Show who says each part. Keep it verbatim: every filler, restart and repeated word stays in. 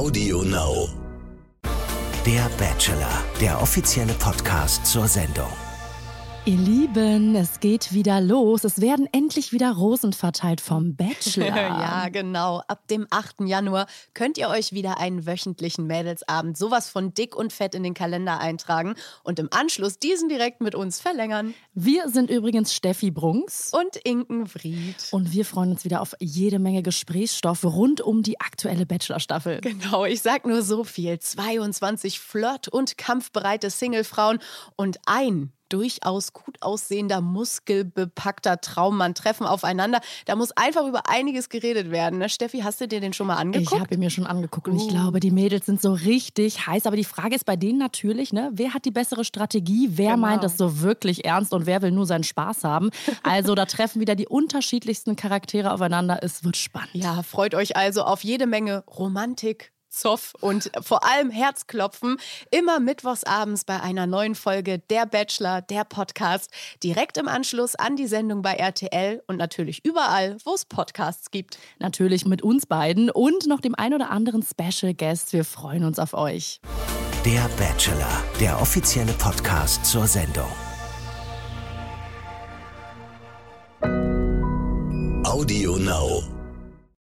Speaker 1: Audio Now. Der Bachelor, der offizielle Podcast zur Sendung.
Speaker 2: Ihr Lieben, es geht wieder los. Es werden endlich wieder Rosen verteilt vom Bachelor.
Speaker 3: Ja, genau. Ab dem achten Januar könnt ihr euch wieder einen wöchentlichen Mädelsabend sowas von dick und fett in den Kalender eintragen und im Anschluss diesen direkt mit uns verlängern.
Speaker 2: Wir sind übrigens Steffi Brunks
Speaker 3: und Inken Vried.
Speaker 2: Und wir freuen uns wieder auf jede Menge Gesprächsstoff rund um die aktuelle Bachelor-Staffel.
Speaker 3: Genau, ich sag nur so viel. zweiundzwanzig flirt- und kampfbereite Singlefrauen und ein durchaus gut aussehender, muskelbepackter Traummann treffen aufeinander. Da muss einfach über einiges geredet werden. Ne? Steffi, hast du dir den schon mal angeguckt?
Speaker 2: Ich habe ihn mir schon angeguckt und
Speaker 3: uh.
Speaker 2: ich glaube, die Mädels sind so richtig heiß. Aber die Frage ist bei denen natürlich, ne, wer hat die bessere Strategie? Wer
Speaker 3: genau.
Speaker 2: meint das so wirklich ernst und wer will nur seinen Spaß haben? Also da treffen wieder die unterschiedlichsten Charaktere aufeinander. Es wird spannend.
Speaker 3: Ja, freut euch also auf jede Menge Romantik, Zoff und vor allem Herzklopfen. Immer mittwochsabends bei einer neuen Folge Der Bachelor, der Podcast. Direkt im Anschluss an die Sendung bei R T L und natürlich überall, wo es Podcasts gibt.
Speaker 2: Natürlich mit uns beiden und noch dem ein oder anderen Special Guest. Wir freuen uns auf euch.
Speaker 1: Der Bachelor, der offizielle Podcast zur Sendung.